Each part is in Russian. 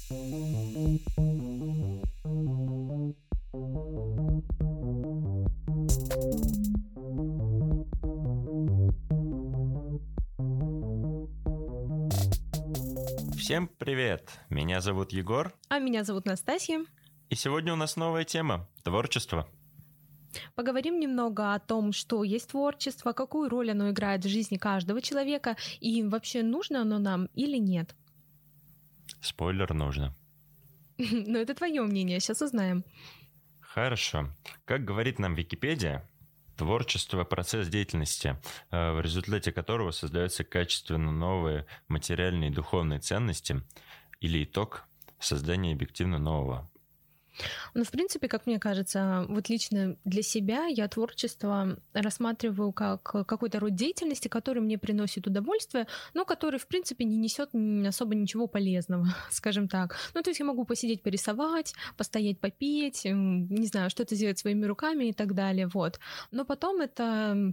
Всем привет! Меня зовут Егор. А меня зовут Настасья. И сегодня у нас новая тема – творчество. Поговорим немного о том, что есть творчество, какую роль оно играет в жизни каждого человека и вообще нужно оно нам или нет. Спойлер нужно. Но это твое мнение, сейчас узнаем. Хорошо. Как говорит нам Википедия, творчество – процесс деятельности, в результате которого создаются качественно новые материальные и духовные ценности или итог создания объективно нового. Ну, в принципе, как мне кажется, вот лично для себя я творчество рассматриваю как какой-то род деятельности, который мне приносит удовольствие, но который, в принципе, не несет особо ничего полезного, скажем так. Ну, то есть я могу посидеть, порисовать, постоять, попеть, не знаю, что-то сделать своими руками и так далее, вот. Но потом это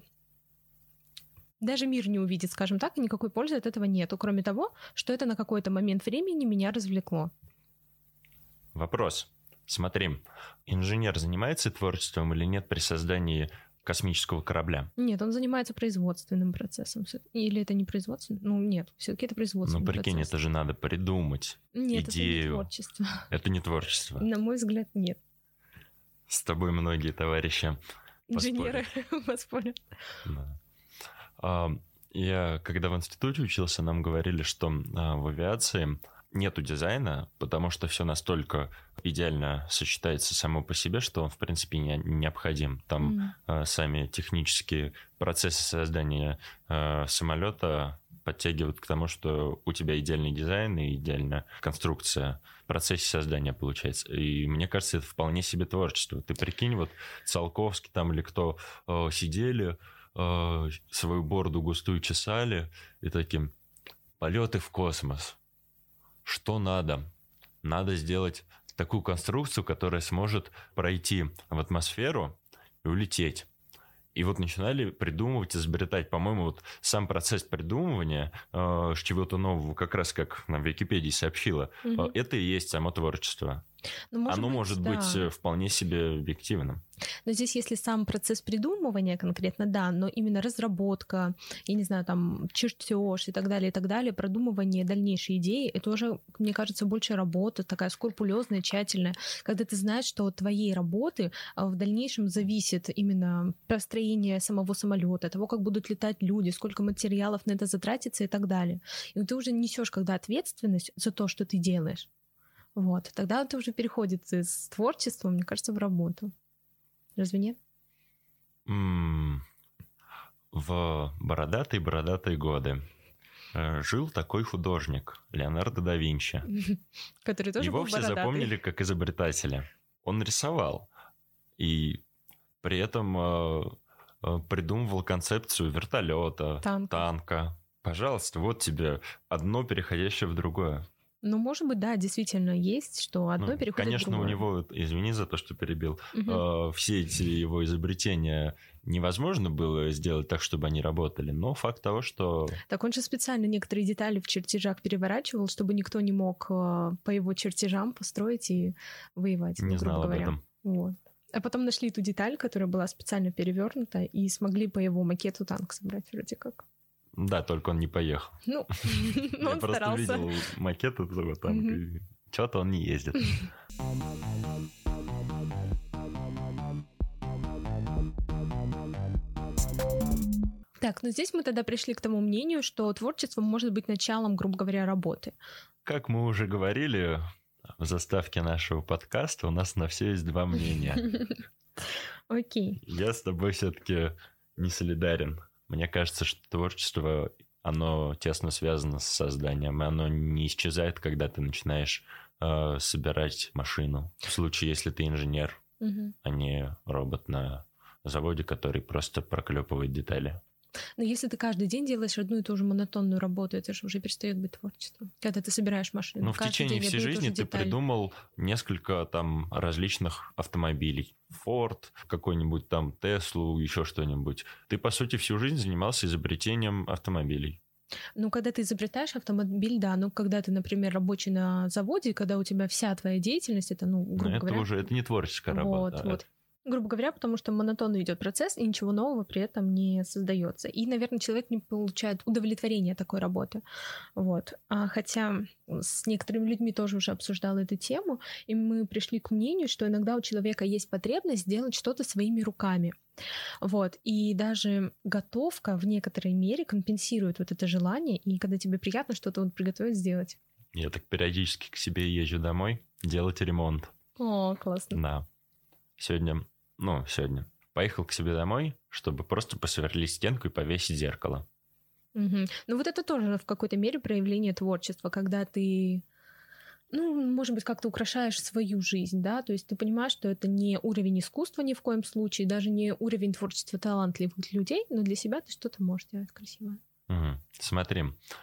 даже мир не увидит, скажем так, и никакой пользы от этого нету, кроме того, что это на какой-то момент времени меня развлекло. Вопрос. Смотри, инженер занимается творчеством или нет при создании космического корабля? Нет, он занимается производственным процессом. Или это не производственный? Ну, нет, все-таки это производственный процесс. Ну, прикинь, это же надо придумать нет, идею. Это не творчество. Это не творчество? На мой взгляд, нет. С тобой многие товарищи инженеры поспорят. Да. Я, когда в институте учился, нам говорили, что в авиации нету дизайна, потому что все настолько идеально сочетается само по себе, что он, в принципе, не необходим. Там сами технические процессы создания самолета подтягивают к тому, что у тебя идеальный дизайн и идеальная конструкция в процессе создания получается. И мне кажется, это вполне себе творчество. Ты прикинь, вот Циолковский там или кто сидели, свою бороду густую чесали и таким: полеты в космос. Что надо? Надо сделать такую конструкцию, которая сможет пройти в атмосферу и улететь. И вот начинали придумывать, изобретать. По-моему, вот сам процесс придумывания чего-то нового, как раз как нам Википедия сообщила, это и есть само творчество. Оно может быть вполне себе объективным. Но здесь, если сам процесс придумывания конкретно, да, но именно разработка, я не знаю, там, чертеж и так далее, продумывание дальнейшей идеи, это уже, мне кажется, больше работа, такая скрупулезная, тщательная, когда ты знаешь, что от твоей работы в дальнейшем зависит именно построение самого самолета, того, как будут летать люди, сколько материалов на это затратится и так далее. И ты уже несешь когда ответственность за то, что ты делаешь. Вот, тогда это уже переходит из творчества, мне кажется, в работу. Разве нет? В бородатые годы жил такой художник Леонардо да Винчи. Который тоже Его был все бородатый. запомнили как изобретателя. Он рисовал и при этом придумывал концепцию вертолета, танка. Пожалуйста, вот тебе одно переходящее в другое. Ну, может быть, да, действительно есть, что одно переходит конечно, в другое. у него, извини за то, что перебил, все эти его изобретения невозможно было сделать так, чтобы они работали, но факт того, что... Так он же специально некоторые детали в чертежах переворачивал, чтобы никто не мог по его чертежам построить и воевать, не знал грубо об этом. Вот. А потом нашли ту деталь, которая была специально перевернута, и смогли по его макету танк собрать вроде как. Да, только он не поехал. Ну, он старался. Я просто видел макет этого танка, и что-то он не ездит. Так, ну здесь мы тогда пришли к тому мнению, что творчество может быть началом, грубо говоря, работы. Как мы уже говорили в заставке нашего подкаста, у нас на все есть два мнения. Окей. Я с тобой все-таки не солидарен. Мне кажется, что творчество, оно тесно связано с созданием, и оно не исчезает, когда ты начинаешь собирать машину. В случае, если ты инженер, а не робот на заводе, который просто проклепывает детали. Но если ты каждый день делаешь одну и ту же монотонную работу, это же уже перестает быть творчеством. Когда ты собираешь машину. Ну, в течение всей жизни ты придумал несколько там различных автомобилей. Форд, какой-нибудь там Теслу, еще что-нибудь. Ты, по сути, всю жизнь занимался изобретением автомобилей. Ну, когда ты изобретаешь автомобиль, да, ну, когда ты, например, рабочий на заводе, когда у тебя вся твоя деятельность, это, ну, Но грубо это говоря, уже это не творческая работа. вот. Грубо говоря, потому что монотонно идет процесс, и ничего нового при этом не создается. И, наверное, человек не получает удовлетворения от такой работы. Вот. Хотя с некоторыми людьми тоже уже обсуждала эту тему, и мы пришли к мнению, что иногда у человека есть потребность сделать что-то своими руками. Вот. И даже готовка в некоторой мере компенсирует вот это желание, и когда тебе приятно что-то вот приготовить, сделать. Я так периодически к себе езжу домой делать ремонт. О, классно. Да. Сегодня. Поехал к себе домой, чтобы просто посверлить стенку и повесить зеркало. Угу. Ну вот это тоже в какой-то мере проявление творчества, когда ты, ну, может быть, как-то украшаешь свою жизнь, да, то есть ты понимаешь, что это не уровень искусства ни в коем случае, даже не уровень творчества талантливых людей, но для себя ты что-то можешь делать красивое. Угу. Смотри,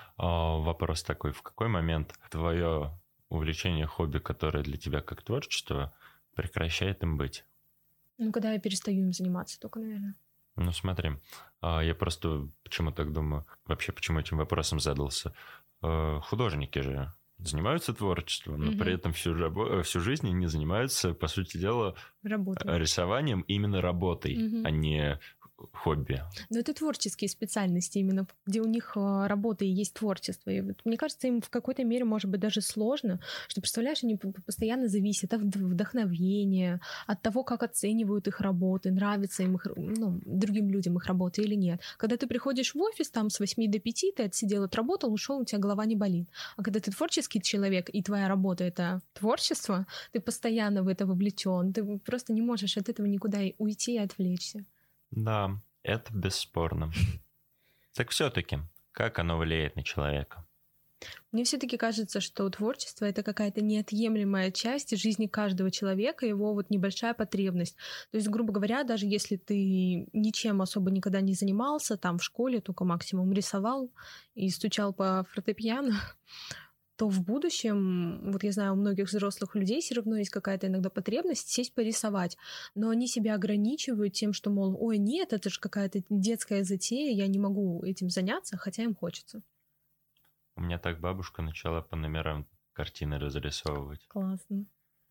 вопрос такой, в какой момент твое увлечение, хобби, которое для тебя как творчество, прекращает им быть? Ну, когда я перестаю им заниматься только, наверное. Ну, смотри, я просто почему так думаю, вообще почему этим вопросом задался. Художники же занимаются творчеством, но при этом всю жизнь они занимаются, по сути дела, рисованием именно работой, а не хобби. Но это творческие специальности именно, где у них работа и есть творчество. И вот, мне кажется, им в какой-то мере может быть даже сложно, что, представляешь, они постоянно зависят от вдохновения, от того, как оценивают их работы, нравится им их, ну, другим людям их работа или нет. Когда ты приходишь в офис там с 8 до 5, ты отсидел, отработал, ушел, у тебя голова не болит. А когда ты творческий человек, и твоя работа — это творчество, ты постоянно в это вовлечен, ты просто не можешь от этого никуда уйти и отвлечься. Да, это бесспорно. Так все-таки, как оно влияет на человека? Мне все-таки кажется, что творчество — это какая-то неотъемлемая часть жизни каждого человека, его вот небольшая потребность. То есть, грубо говоря, даже если ты ничем особо никогда не занимался, там в школе только максимум рисовал и стучал по фортепиано, то в будущем, вот я знаю, у многих взрослых людей все равно есть какая-то иногда потребность сесть порисовать, но они себя ограничивают тем, что, мол, ой, нет, это же какая-то детская затея, я не могу этим заняться, хотя им хочется. У меня так бабушка начала по номерам картины разрисовывать. Классно.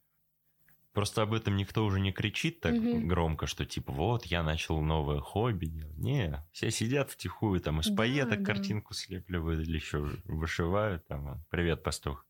Просто об этом никто уже не кричит так громко, что типа вот, я начал новое хобби делать. Не, все сидят втихую, там из пайеток картинку слепливают или еще вышивают. Там, привет, пастух.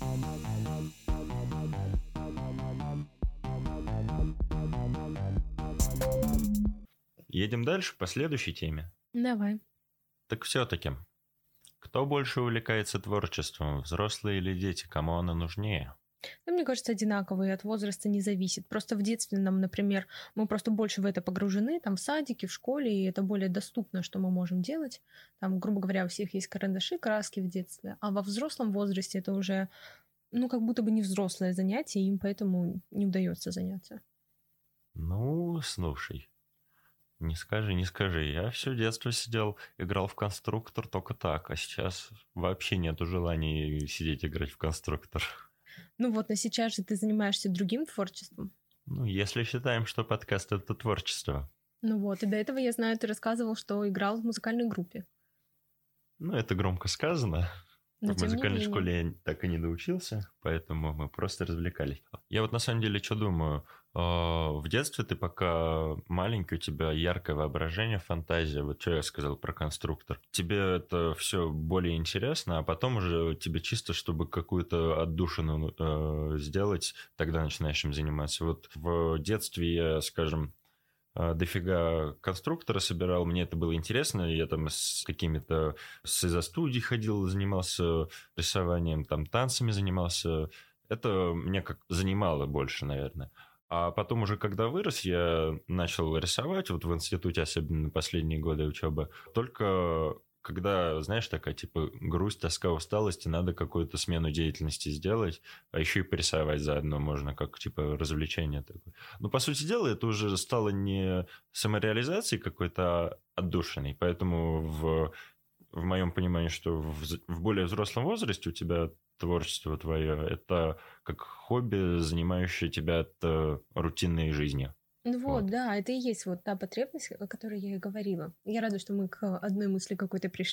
Едем дальше по следующей теме. Давай. Так все-таки, кто больше увлекается творчеством, взрослые или дети? Кому оно нужнее? Ну, мне кажется, одинаковые, от возраста не зависит. Просто в детстве нам, например, мы просто больше в это погружены, там в садике, в школе, и это более доступно, что мы можем делать. Там, грубо говоря, у всех есть карандаши, краски в детстве, а во взрослом возрасте это уже, ну, как будто бы не взрослое занятие, и им поэтому не удается заняться. Ну, слушай, не скажи. Я все детство сидел, играл в конструктор только так, а сейчас вообще нету желания сидеть играть в конструктор. Ну вот, но сейчас же ты занимаешься другим творчеством. Ну, если считаем, что подкаст — это творчество. Ну вот, и до этого, я знаю, ты рассказывал, что играл в музыкальной группе. Ну, это громко сказано. Но в музыкальной школе я так и не доучился, поэтому мы просто развлекались. Я вот на самом деле что думаю? В детстве ты пока маленький, у тебя яркое воображение, фантазия. Вот что я сказал про конструктор. Тебе это все более интересно, а потом уже тебе чисто, чтобы какую-то отдушину сделать, тогда начинаешь им заниматься. Вот в детстве я, скажем, дофига конструктора собирал, мне это было интересно, я там с какими-то с изо-студий ходил, занимался рисованием, там танцами занимался, это меня как занимало больше, наверное. А потом уже, когда вырос, я начал рисовать, вот в институте, особенно последние годы учебы, только когда, знаешь, такая типа грусть, тоска, усталость, и надо какую-то смену деятельности сделать, а еще и порисовать заодно можно, как типа развлечение такое. Но, по сути дела, это уже стало не самореализацией какой-то, а отдушиной. Поэтому в моем понимании, что в более взрослом возрасте у тебя творчество твое, это как хобби, занимающее тебя от рутинной жизни. Ну вот, да, это и есть вот та потребность, о которой я и говорила. Я рада, что мы к одной мысли какой-то пришли.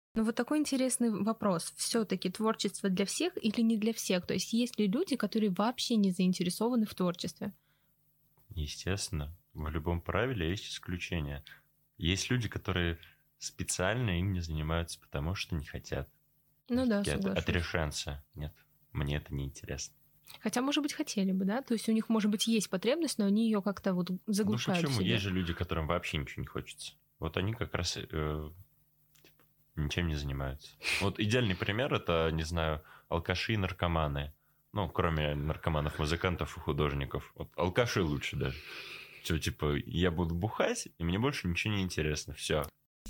Ну вот такой интересный вопрос. Все-таки творчество для всех или не для всех? То есть есть ли люди, которые вообще не заинтересованы в творчестве? Естественно, в любом правиле есть исключения. Есть люди, которые специально им не занимаются, потому что не хотят. Ну да, Такие соглашусь. отрешенцы. Нет, мне это не интересно. Хотя, может быть, хотели бы, да? То есть у них, может быть, есть потребность, но они ее как-то вот заглушают Ну в почему? себе. Есть же люди, которым вообще ничего не хочется. Вот они как раз ничем не занимаются. Вот идеальный пример — это, не знаю, алкаши и наркоманы. Ну, кроме наркоманов, музыкантов и художников. Вот алкаши лучше даже. Все, типа, я буду бухать, и мне больше ничего не интересно. Все.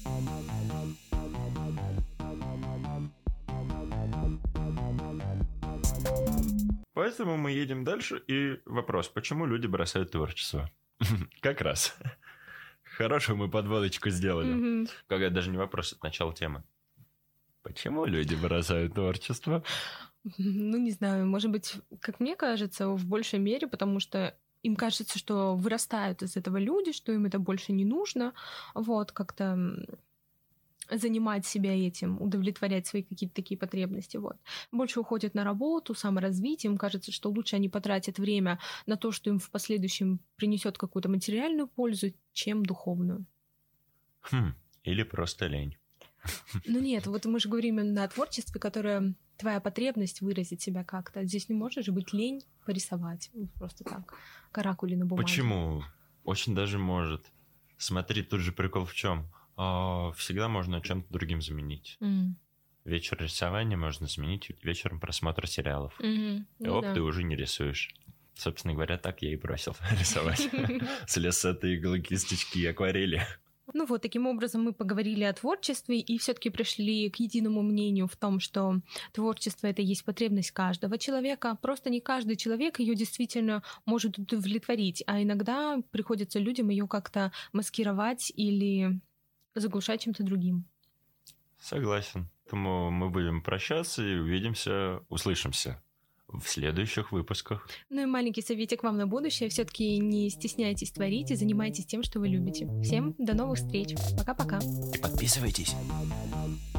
Поэтому мы едем дальше. И вопрос, почему люди бросают творчество? Как раз. Хорошую мы подводочку сделали. Мгм. Когда даже не вопрос, это начало темы. Почему люди бросают творчество? Ну, не знаю, может быть, как мне кажется, в большей мере, потому что им кажется, что вырастают из этого люди, что им это больше не нужно, вот, как-то занимать себя этим, удовлетворять свои какие-то такие потребности, вот. Больше уходят на работу, саморазвитие, им кажется, что лучше они потратят время на то, что им в последующем принесет какую-то материальную пользу, чем духовную. Или просто лень. Ну нет, вот мы же говорим именно о творчестве, которое твоя потребность выразить себя как-то. Здесь не может же быть лень порисовать. Просто так. Каракули на бумаге. Почему? Очень даже может. Смотри, тут же прикол в чем? Всегда можно чем-то другим заменить. Вечер рисования можно заменить вечером просмотра сериалов. И Ну ты уже не рисуешь. Собственно говоря, так я и бросил рисовать. Слез с этой иглы, кисточки и акварели. Ну вот, таким образом мы поговорили о творчестве и все-таки пришли к единому мнению в том, что творчество — это есть потребность каждого человека. Просто не каждый человек ее действительно может удовлетворить, а иногда приходится людям ее как-то маскировать или заглушать чем-то другим. Согласен. Поэтому мы будем прощаться и увидимся, услышимся в следующих выпусках. Ну и маленький советик вам на будущее. Все-таки не стесняйтесь творить и занимайтесь тем, что вы любите. Всем до новых встреч. Пока-пока. И подписывайтесь.